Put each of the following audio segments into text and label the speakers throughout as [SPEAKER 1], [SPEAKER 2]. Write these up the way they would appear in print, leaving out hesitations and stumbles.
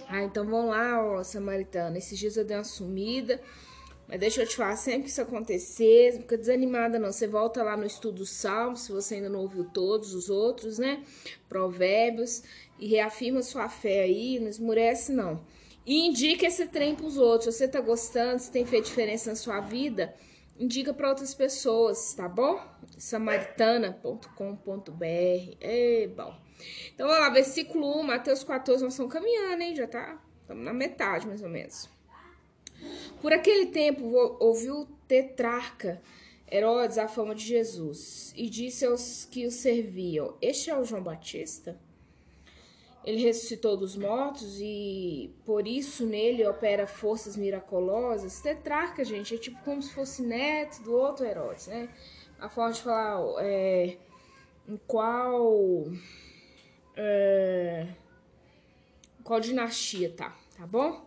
[SPEAKER 1] Ah, então vamos lá, ó, Samaritana. Esses dias eu dei uma sumida, mas deixa eu te falar, sempre que isso acontecer, não fica desanimada não. Você volta lá no estudo Salmos, se você ainda não ouviu todos os outros, né? Provérbios, e reafirma sua fé aí, não esmurece não. E indica esse trem pros outros. Se você tá gostando, se tem feito diferença na sua vida, indica para outras pessoas, tá bom? Samaritana.com.br. É bom. Então, vamos lá, versículo 1, Mateus 14, nós estamos caminhando, hein? Já tá, estamos na metade, mais ou menos. Por aquele tempo, ouviu o tetrarca Herodes a fama de Jesus e disse aos que o serviam: Este é o João Batista? Ele ressuscitou dos mortos e por isso nele opera forças miraculosas. Tetrarca, gente, é tipo como se fosse neto do outro Herodes, né? A forma de falar em qual dinastia tá bom?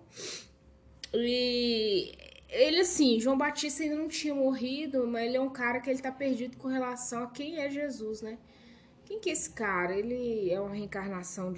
[SPEAKER 1] E ele, assim, João Batista ainda não tinha morrido, mas ele é um cara que ele tá perdido com relação a quem é Jesus, né? Quem que é esse cara? Ele é uma reencarnação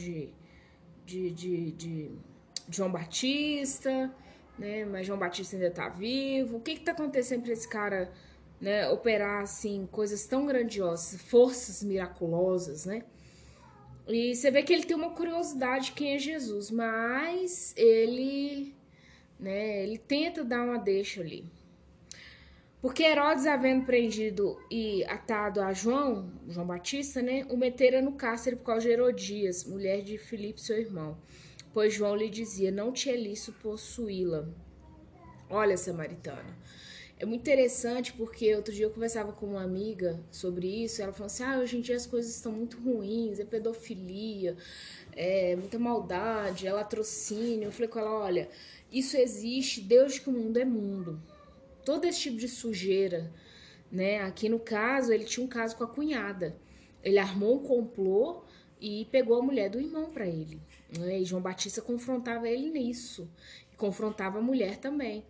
[SPEAKER 1] de João Batista, né? Mas João Batista ainda tá vivo. O que tá acontecendo pra esse cara, né, operar, assim, coisas tão grandiosas, forças miraculosas, né? E você vê que ele tem uma curiosidade de quem é Jesus, mas ele, né, ele tenta dar uma deixa ali. Porque Herodes, havendo prendido e atado a João Batista, né, o metera no cárcere por causa de Herodias, mulher de Filipe, seu irmão. Pois João lhe dizia, não te é lícito possuí-la. Olha, Samaritana, é muito interessante porque outro dia eu conversava com uma amiga sobre isso, e ela falou assim, hoje em dia as coisas estão muito ruins, é pedofilia, é muita maldade, é latrocínio. Eu falei com ela, olha, isso existe desde que o mundo é mundo. Todo esse tipo de sujeira, né? Aqui no caso, ele tinha um caso com a cunhada. Ele armou um complô e pegou a mulher do irmão para ele. Né? E João Batista confrontava ele nisso. E confrontava a mulher também.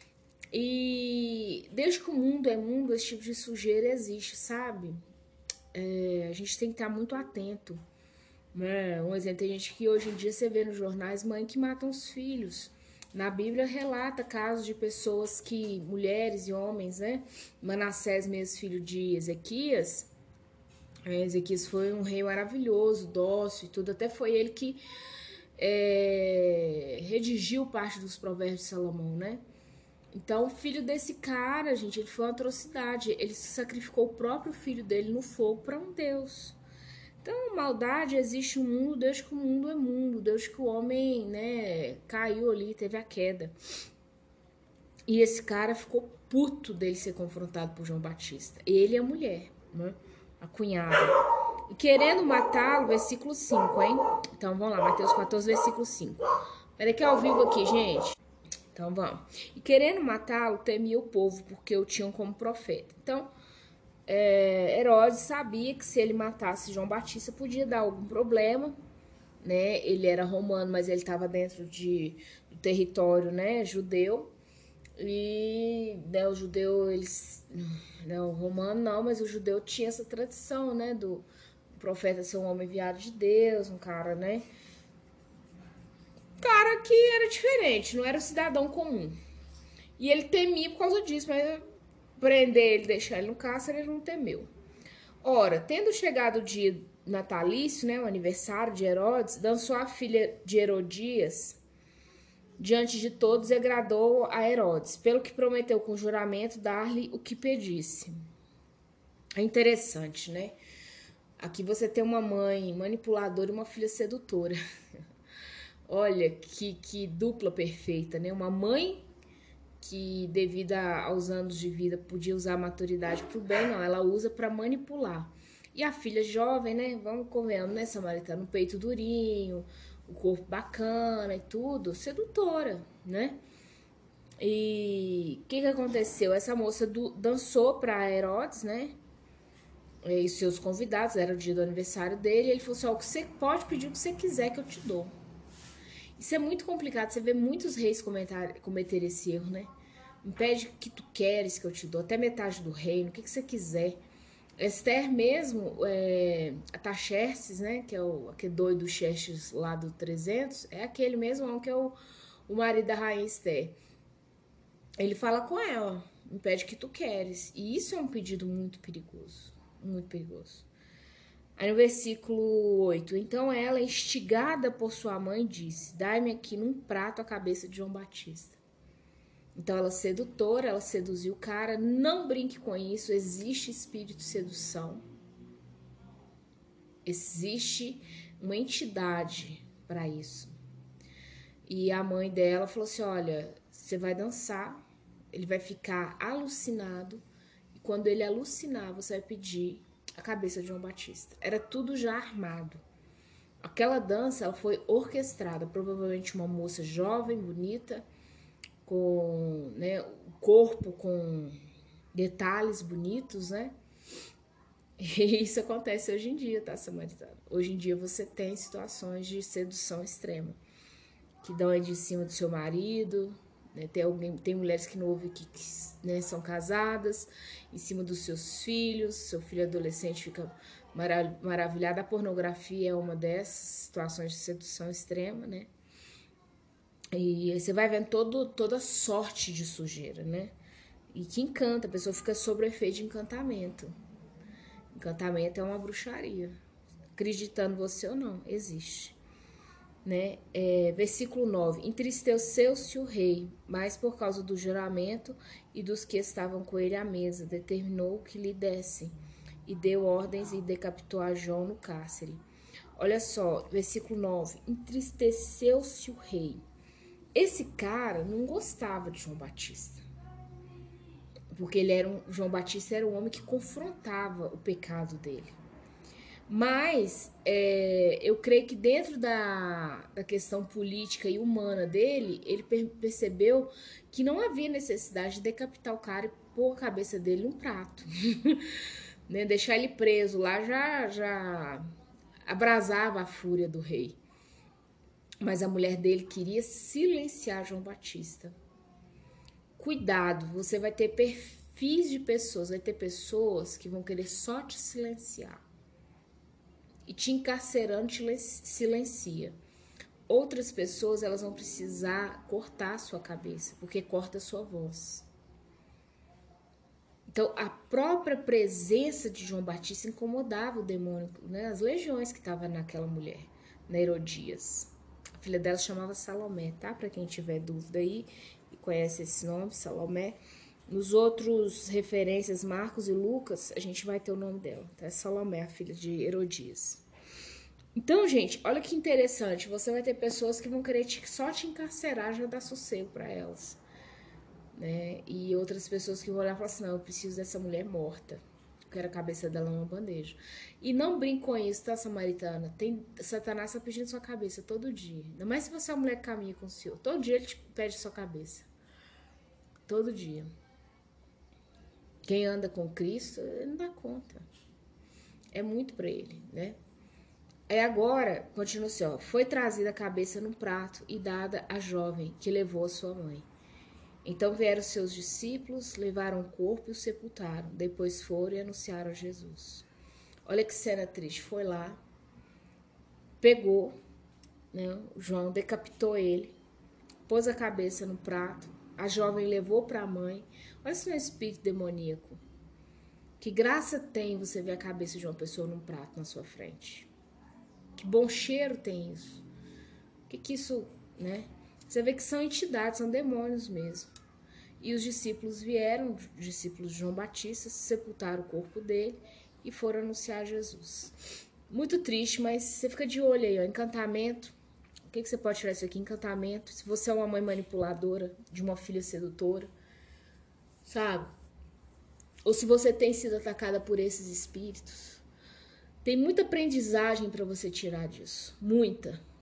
[SPEAKER 1] E desde que o mundo é mundo, esse tipo de sujeira existe, sabe? A gente tem que estar muito atento. Né? Um exemplo, tem gente que hoje em dia você vê nos jornais mãe que matam os filhos. Na Bíblia relata casos de pessoas que, mulheres e homens, né? Manassés mesmo, filho de Ezequias. Ezequias foi um rei maravilhoso, dócil e tudo. Até foi ele que redigiu parte dos provérbios de Salomão, né? Então, o filho desse cara, gente, ele foi uma atrocidade. Ele sacrificou o próprio filho dele no fogo para um Deus. Então, maldade existe no mundo desde que o mundo é mundo, desde que o homem, né, caiu ali, teve a queda. E esse cara ficou puto dele ser confrontado por João Batista. Ele e a mulher, né, a cunhada. E querendo matá-lo, versículo 5, hein? Então, vamos lá, Mateus 14, versículo 5. Peraí que é ao vivo aqui, gente. Então, vamos. E querendo matá-lo, temia o povo, porque o tinham como profeta. Então, Herodes sabia que se ele matasse João Batista podia dar algum problema, né? Ele era romano, mas ele estava dentro do território, né, judeu. E né, o judeu, eles, não, o romano não, mas o judeu tinha essa tradição, né, do profeta ser um homem enviado de Deus, um cara, né, cara que era diferente, não era um cidadão comum. E ele temia por causa disso, mas prender ele, deixar ele no cárcere, ele não temeu. Ora, tendo chegado o dia natalício, né, o aniversário de Herodes, dançou a filha de Herodias diante de todos e agradou a Herodes, pelo que prometeu com juramento dar-lhe o que pedisse. É interessante, né? Aqui você tem uma mãe manipuladora e uma filha sedutora. Olha que dupla perfeita, né? Uma mãe que, devido aos anos de vida, podia usar a maturidade para o bem, não, ela usa para manipular. E a filha jovem, né? Vamos convenhamos, né, Samaritana? No peito durinho, o corpo bacana e tudo, sedutora, né? E o que aconteceu? Essa moça dançou para Herodes, né? E seus convidados, era o dia do aniversário dele. E ele falou assim: ó, você pode pedir o que você quiser que eu te dou. Isso é muito complicado. Você vê muitos reis cometer esse erro, né? Me pede o que tu queres que eu te dou, até metade do reino, o que você quiser. Esther mesmo, a Taxerxes, né, que é aquele doido Xerxes lá do 300, é aquele mesmo que é o marido da rainha Esther. Ele fala com ela, me pede o que tu queres. E isso é um pedido muito perigoso, muito perigoso. Aí no versículo 8, então ela, instigada por sua mãe, disse, dai-me aqui num prato a cabeça de João Batista. Então ela sedutora, ela seduziu o cara, não brinque com isso, existe espírito de sedução. Existe uma entidade para isso. E a mãe dela falou assim, olha, você vai dançar, ele vai ficar alucinado, e quando ele alucinar, você vai pedir a cabeça de João Batista. Era tudo já armado. Aquela dança, ela foi orquestrada, provavelmente uma moça jovem, bonita, com, né, o corpo com detalhes bonitos, né? E isso acontece hoje em dia, tá, Samaritano? Hoje em dia você tem situações de sedução extrema, que dão aí de cima do seu marido, né? Tem mulheres que não ouvem que né, são casadas, em cima dos seus filhos, seu filho adolescente fica maravilhado. A pornografia é uma dessas situações de sedução extrema, né? E aí você vai vendo toda sorte de sujeira, né? E que encanta, a pessoa fica sob o efeito de encantamento. Encantamento é uma bruxaria. Acreditando você ou não, existe. Né? Versículo 9. Entristeceu-se o rei, mas por causa do juramento e dos que estavam com ele à mesa, determinou que lhe dessem, e deu ordens e decapitou a João no cárcere. Olha só, versículo 9. Entristeceu-se o rei. Esse cara não gostava de João Batista. Porque João Batista era um homem que confrontava o pecado dele. Mas eu creio que dentro da questão política e humana dele, ele percebeu que não havia necessidade de decapitar o cara e pôr a cabeça dele num prato. Né? Deixar ele preso lá já abrasava a fúria do rei. Mas a mulher dele queria silenciar João Batista. Cuidado, você vai ter perfis de pessoas, vai ter pessoas que vão querer só te silenciar. E te encarcerando te silencia. Outras pessoas, elas vão precisar cortar a sua cabeça, porque corta a sua voz. Então, a própria presença de João Batista incomodava o demônio, né? As legiões que estavam naquela mulher, na Herodias. A filha dela chamava Salomé, tá? Para quem tiver dúvida aí e conhece esse nome, Salomé. Nos outros referências, Marcos e Lucas, a gente vai ter o nome dela, tá? Salomé, a filha de Herodias. Então, gente, olha que interessante. Você vai ter pessoas que vão querer só te encarcerar, já dar sossego para elas. Né? E outras pessoas que vão olhar e falar assim, não, eu preciso dessa mulher morta. Eu quero a cabeça dela numa bandeja. E não brinque com isso, tá, Samaritana? Satanás tá pedindo sua cabeça todo dia. Ainda mais se você é uma mulher que caminha com o Senhor. Todo dia ele te pede sua cabeça. Todo dia. Quem anda com Cristo, ele não dá conta. É muito para ele, né? Aí agora, continua assim, ó. Foi trazida a cabeça num prato e dada à jovem, que levou a sua mãe. Então vieram seus discípulos, levaram o corpo e o sepultaram. Depois foram e anunciaram a Jesus. Olha que cena triste. Foi lá, pegou, né, o João, decapitou ele, pôs a cabeça no prato, a jovem levou para a mãe. Olha se não é espírito demoníaco. Que graça tem você ver a cabeça de uma pessoa num prato na sua frente. Que bom cheiro tem isso. Que isso, né? Você vê que são entidades, são demônios mesmo. E os discípulos vieram, os discípulos de João Batista, sepultaram o corpo dele e foram anunciar Jesus. Muito triste, mas você fica de olho aí, ó, encantamento. O que você pode tirar isso aqui? Encantamento. Se você é uma mãe manipuladora de uma filha sedutora, sabe? Ou se você tem sido atacada por esses espíritos, tem muita aprendizagem para você tirar disso. Muita.